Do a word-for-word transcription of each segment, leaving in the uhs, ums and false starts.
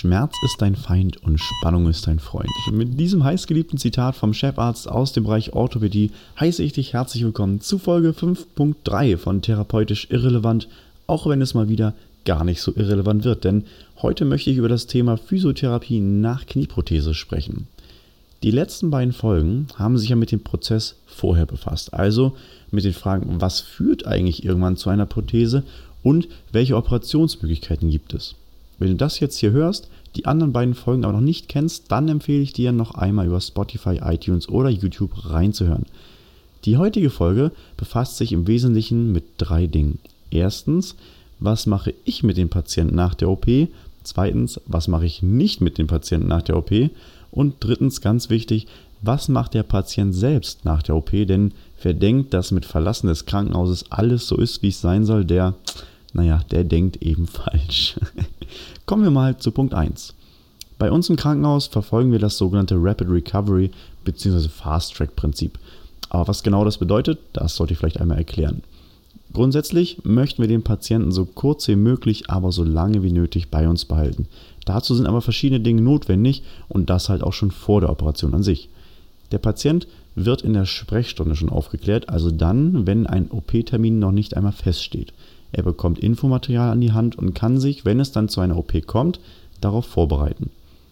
Schmerz ist dein Feind und Spannung ist dein Freund. Mit diesem heißgeliebten Zitat vom Chefarzt aus dem Bereich Orthopädie heiße ich dich herzlich willkommen zu Folge fünf Punkt drei von Therapeutisch Irrelevant, auch wenn es mal wieder gar nicht so irrelevant wird, denn heute möchte ich über das Thema Physiotherapie nach Knieprothese sprechen. Die letzten beiden Folgen haben sich ja mit dem Prozess vorher befasst, also mit den Fragen, was führt eigentlich irgendwann zu einer Prothese und welche Operationsmöglichkeiten gibt es. Wenn du das jetzt hier hörst, die anderen beiden Folgen aber noch nicht kennst, dann empfehle ich dir noch einmal über Spotify, iTunes oder YouTube reinzuhören. Die heutige Folge befasst sich im Wesentlichen mit drei Dingen. Erstens, was mache ich mit dem Patienten nach der O P? Zweitens, was mache ich nicht mit dem Patienten nach der O P? Und drittens, ganz wichtig, was macht der Patient selbst nach der O P? Denn wer denkt, dass mit Verlassen des Krankenhauses alles so ist, wie es sein soll, der, naja, der denkt eben falsch. Kommen wir mal zu Punkt eins. Bei uns im Krankenhaus verfolgen wir das sogenannte Rapid Recovery bzw. Fast Track Prinzip. Aber was genau das bedeutet, das sollte ich vielleicht einmal erklären. Grundsätzlich möchten wir den Patienten so kurz wie möglich, aber so lange wie nötig bei uns behalten. Dazu sind aber verschiedene Dinge notwendig und das halt auch schon vor der Operation an sich. Der Patient wird in der Sprechstunde schon aufgeklärt, also dann, wenn ein O P-Termin noch nicht einmal feststeht. Er bekommt Infomaterial an die Hand und kann sich, wenn es dann zu einer O P kommt, darauf vorbereiten.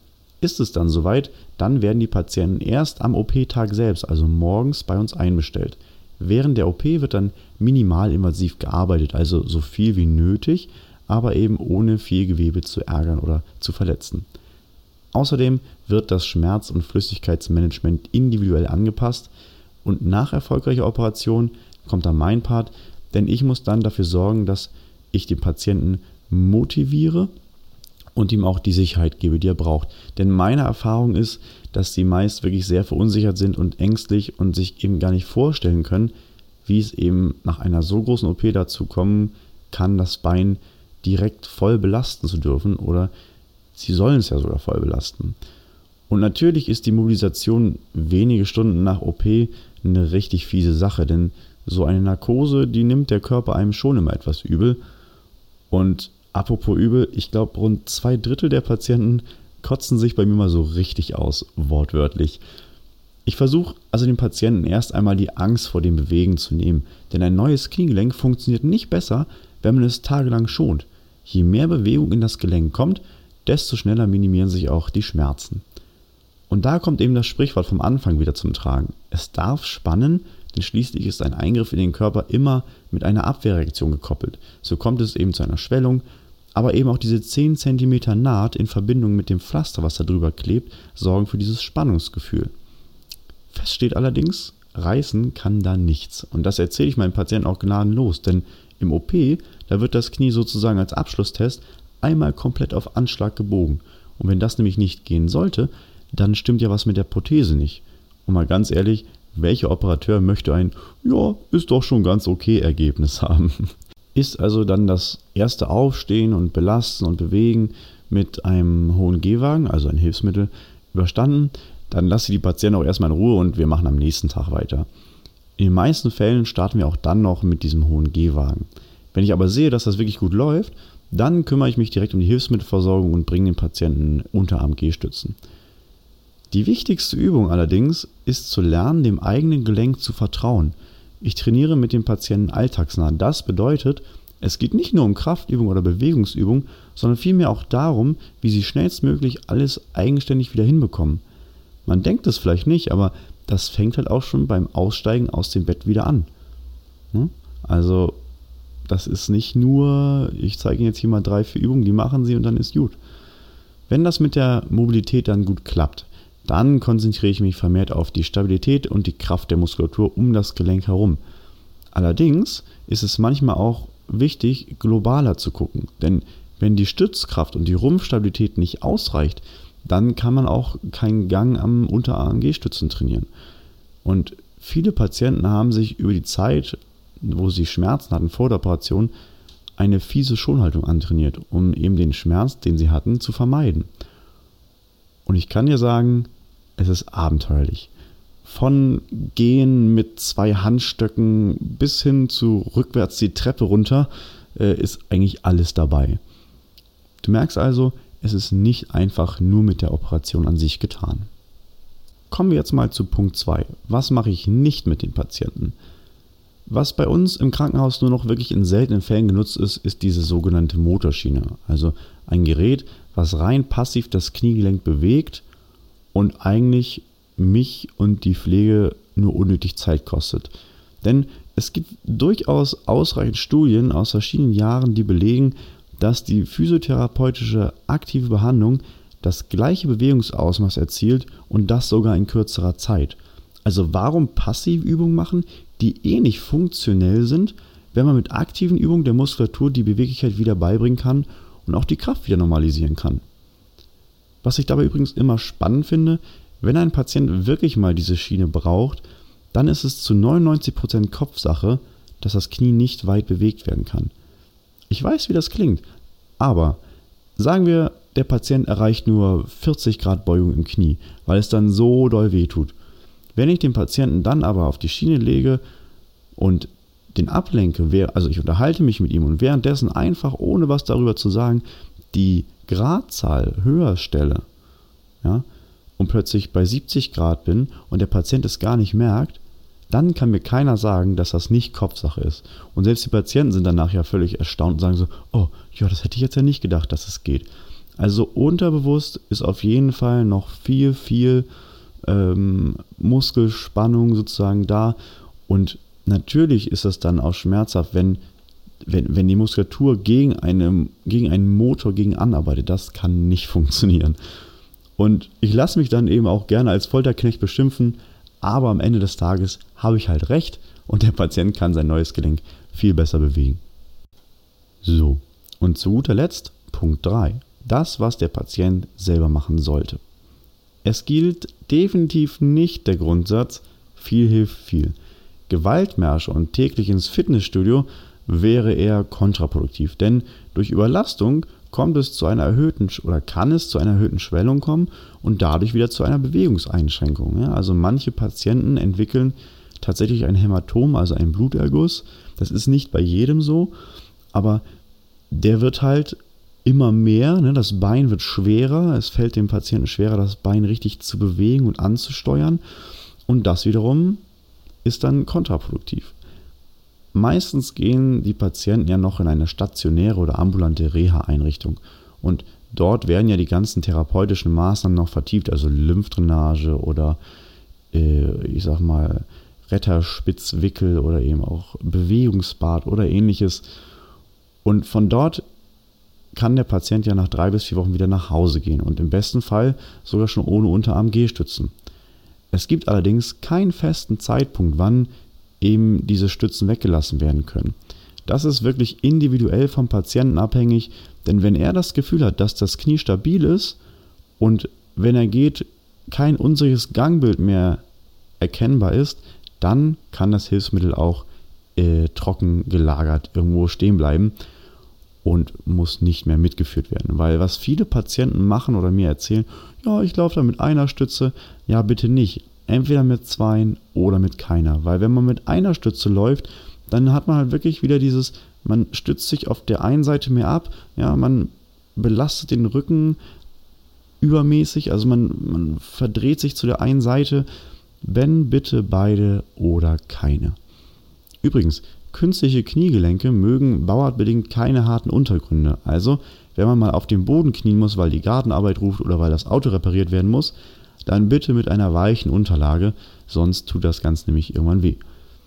Ist es dann soweit, dann werden die Patienten erst am O P-Tag selbst, also morgens, bei uns einbestellt. Während der O P wird dann minimalinvasiv gearbeitet, also so viel wie nötig, aber eben ohne viel Gewebe zu ärgern oder zu verletzen. Außerdem wird das Schmerz- und Flüssigkeitsmanagement individuell angepasst und nach erfolgreicher Operation kommt dann mein Part, denn ich muss dann dafür sorgen, dass ich den Patienten motiviere und ihm auch die Sicherheit gebe, die er braucht. Denn meine Erfahrung ist, dass sie meist wirklich sehr verunsichert sind und ängstlich und sich eben gar nicht vorstellen können, wie es eben nach einer so großen O P dazu kommen kann, das Bein direkt voll belasten zu dürfen oder sie sollen es ja sogar voll belasten. Und natürlich ist die Mobilisation wenige Stunden nach O P eine richtig fiese Sache, denn so eine Narkose, die nimmt der Körper einem schon immer etwas übel. Und apropos übel, ich glaube, rund zwei Drittel der Patienten kotzen sich bei mir mal so richtig aus, wortwörtlich. Ich versuche also den Patienten erst einmal die Angst vor dem Bewegen zu nehmen, denn ein neues Kniegelenk funktioniert nicht besser, wenn man es tagelang schont. Je mehr Bewegung in das Gelenk kommt, desto schneller minimieren sich auch die Schmerzen. Und da kommt eben das Sprichwort vom Anfang wieder zum Tragen. Es darf spannen, denn schließlich ist ein Eingriff in den Körper immer mit einer Abwehrreaktion gekoppelt. So kommt es eben zu einer Schwellung, aber eben auch diese zehn Zentimeter Naht in Verbindung mit dem Pflaster, was da drüber klebt, sorgen für dieses Spannungsgefühl. Fest steht allerdings, reißen kann da nichts. Und das erzähle ich meinen Patienten auch gnadenlos, denn im O P, da wird das Knie sozusagen als Abschlusstest einmal komplett auf Anschlag gebogen. Und wenn das nämlich nicht gehen sollte, dann stimmt ja was mit der Prothese nicht. Und mal ganz ehrlich, welcher Operateur möchte ein, ja, ist doch schon ganz okay Ergebnis haben? Ist also dann das erste Aufstehen und Belasten und Bewegen mit einem hohen Gehwagen, also ein Hilfsmittel, überstanden, dann lasse ich die Patienten auch erstmal in Ruhe und wir machen am nächsten Tag weiter. In den meisten Fällen starten wir auch dann noch mit diesem hohen Gehwagen. Wenn ich aber sehe, dass das wirklich gut läuft, dann kümmere ich mich direkt um die Hilfsmittelversorgung und bringe den Patienten Unterarm-Gehstützen. Die wichtigste Übung allerdings ist zu lernen, dem eigenen Gelenk zu vertrauen. Ich trainiere mit dem Patienten alltagsnah. Das bedeutet, es geht nicht nur um Kraftübung oder Bewegungsübung, sondern vielmehr auch darum, wie sie schnellstmöglich alles eigenständig wieder hinbekommen. Man denkt es vielleicht nicht, aber das fängt halt auch schon beim Aussteigen aus dem Bett wieder an. Also das ist nicht nur, ich zeige Ihnen jetzt hier mal drei, vier Übungen, die machen Sie und dann ist gut. Wenn das mit der Mobilität dann gut klappt, dann konzentriere ich mich vermehrt auf die Stabilität und die Kraft der Muskulatur um das Gelenk herum. Allerdings ist es manchmal auch wichtig, globaler zu gucken, denn wenn die Stützkraft und die Rumpfstabilität nicht ausreicht, dann kann man auch keinen Gang am Unterarm-Gehstützen trainieren. Und viele Patienten haben sich über die Zeit, wo sie Schmerzen hatten vor der Operation, eine fiese Schonhaltung antrainiert, um eben den Schmerz, den sie hatten, zu vermeiden. Und ich kann dir sagen, es ist abenteuerlich. Von Gehen mit zwei Handstöcken bis hin zu rückwärts die Treppe runter äh, ist eigentlich alles dabei. Du merkst also, es ist nicht einfach nur mit der Operation an sich getan. Kommen wir jetzt mal zu Punkt zwei. Was mache ich nicht mit den Patienten? Was bei uns im Krankenhaus nur noch wirklich in seltenen Fällen genutzt ist, ist diese sogenannte Motorschiene. Also ein Gerät, was rein passiv das Kniegelenk bewegt und eigentlich mich und die Pflege nur unnötig Zeit kostet. Denn es gibt durchaus ausreichend Studien aus verschiedenen Jahren, die belegen, dass die physiotherapeutische aktive Behandlung das gleiche Bewegungsausmaß erzielt und das sogar in kürzerer Zeit. Also warum Passivübungen machen, die eh nicht funktionell sind, wenn man mit aktiven Übungen der Muskulatur die Beweglichkeit wieder beibringen kann und auch die Kraft wieder normalisieren kann. Was ich dabei übrigens immer spannend finde, wenn ein Patient wirklich mal diese Schiene braucht, dann ist es zu neunundneunzig Prozent Kopfsache, dass das Knie nicht weit bewegt werden kann. Ich weiß, wie das klingt, aber sagen wir, der Patient erreicht nur vierzig Grad Beugung im Knie, weil es dann so doll weh tut. Wenn ich den Patienten dann aber auf die Schiene lege und den ablenke, also ich unterhalte mich mit ihm und währenddessen einfach, ohne was darüber zu sagen, die Gradzahl höher stelle, ja, und plötzlich bei siebzig Grad bin und der Patient es gar nicht merkt, dann kann mir keiner sagen, dass das nicht Kopfsache ist. Und selbst die Patienten sind danach ja völlig erstaunt und sagen so, oh, ja, das hätte ich jetzt ja nicht gedacht, dass es geht. Also unterbewusst ist auf jeden Fall noch viel, viel ähm, Muskelspannung sozusagen da. Und natürlich ist das dann auch schmerzhaft, wenn, wenn, wenn die Muskulatur gegen, eine, gegen einen Motor gegen anarbeitet. Das kann nicht funktionieren. Und ich lasse mich dann eben auch gerne als Folterknecht beschimpfen, aber am Ende des Tages habe ich halt recht und der Patient kann sein neues Gelenk viel besser bewegen. So, und zu guter Letzt Punkt drei. Das, was der Patient selber machen sollte. Es gilt definitiv nicht der Grundsatz, viel hilft viel. Gewaltmärsche und täglich ins Fitnessstudio wäre eher kontraproduktiv, denn durch Überlastung kommt es zu einer erhöhten oder kann es zu einer erhöhten Schwellung kommen und dadurch wieder zu einer Bewegungseinschränkung. Ja, also manche Patienten entwickeln tatsächlich ein Hämatom, also einen Bluterguss. Das ist nicht bei jedem so, aber der wird halt immer mehr, ne, das Bein wird schwerer, es fällt dem Patienten schwerer, das Bein richtig zu bewegen und anzusteuern und das wiederum ist dann kontraproduktiv. Meistens gehen die Patienten ja noch in eine stationäre oder ambulante Reha-Einrichtung und dort werden ja die ganzen therapeutischen Maßnahmen noch vertieft, also Lymphdrainage oder äh, ich sag mal Retterspitzwickel oder eben auch Bewegungsbad oder ähnliches und von dort kann der Patient ja nach drei bis vier Wochen wieder nach Hause gehen und im besten Fall sogar schon ohne Unterarm-G-Stützen. Es gibt allerdings keinen festen Zeitpunkt, wann eben diese Stützen weggelassen werden können. Das ist wirklich individuell vom Patienten abhängig, denn wenn er das Gefühl hat, dass das Knie stabil ist und wenn er geht, kein unsicheres Gangbild mehr erkennbar ist, dann kann das Hilfsmittel auch äh, trocken gelagert irgendwo stehen bleiben und muss nicht mehr mitgeführt werden. Weil was viele Patienten machen oder mir erzählen, ja, ich laufe da mit einer Stütze, ja bitte nicht. Entweder mit zweien oder mit keiner. Weil wenn man mit einer Stütze läuft, dann hat man halt wirklich wieder dieses, man stützt sich auf der einen Seite mehr ab, ja, man belastet den Rücken übermäßig, also man, man verdreht sich zu der einen Seite, wenn bitte beide oder keine. Übrigens, künstliche Kniegelenke mögen bauartbedingt keine harten Untergründe. Also, wenn man mal auf dem Boden knien muss, weil die Gartenarbeit ruft oder weil das Auto repariert werden muss, dann bitte mit einer weichen Unterlage, sonst tut das Ganze nämlich irgendwann weh.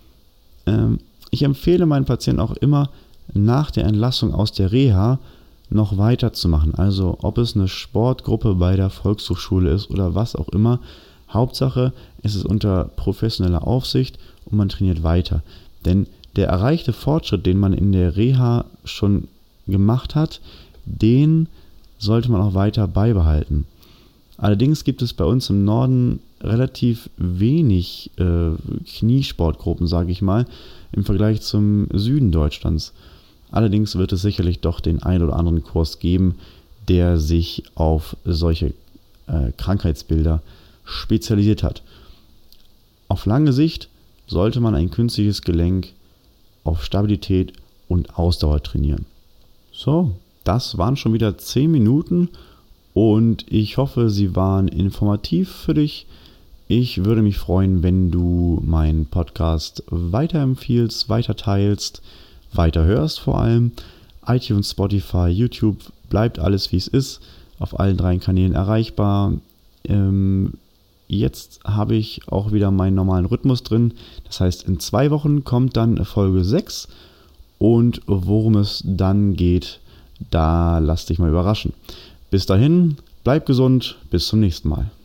Ähm, ich empfehle meinen Patienten auch immer, nach der Entlassung aus der Reha noch weiterzumachen. Also, ob es eine Sportgruppe bei der Volkshochschule ist oder was auch immer. Hauptsache, es ist unter professioneller Aufsicht und man trainiert weiter. Denn der erreichte Fortschritt, den man in der Reha schon gemacht hat, den sollte man auch weiter beibehalten. Allerdings gibt es bei uns im Norden relativ wenig äh, Kniesportgruppen, sage ich mal, im Vergleich zum Süden Deutschlands. Allerdings wird es sicherlich doch den einen oder anderen Kurs geben, der sich auf solche äh, Krankheitsbilder spezialisiert hat. Auf lange Sicht sollte man ein künstliches Gelenk auf Stabilität und Ausdauer trainieren. So, das waren schon wieder zehn Minuten und ich hoffe, sie waren informativ für dich. Ich würde mich freuen, wenn du meinen Podcast weiterempfiehlst, weiter teilst, weiter hörst vor allem. iTunes, Spotify, YouTube, bleibt alles wie es ist, auf allen drei Kanälen erreichbar. Ähm, jetzt habe ich auch wieder meinen normalen Rhythmus drin. Das heißt, in zwei Wochen kommt dann Folge sechs und worum es dann geht, da lass dich mal überraschen. Bis dahin, bleib gesund, bis zum nächsten Mal.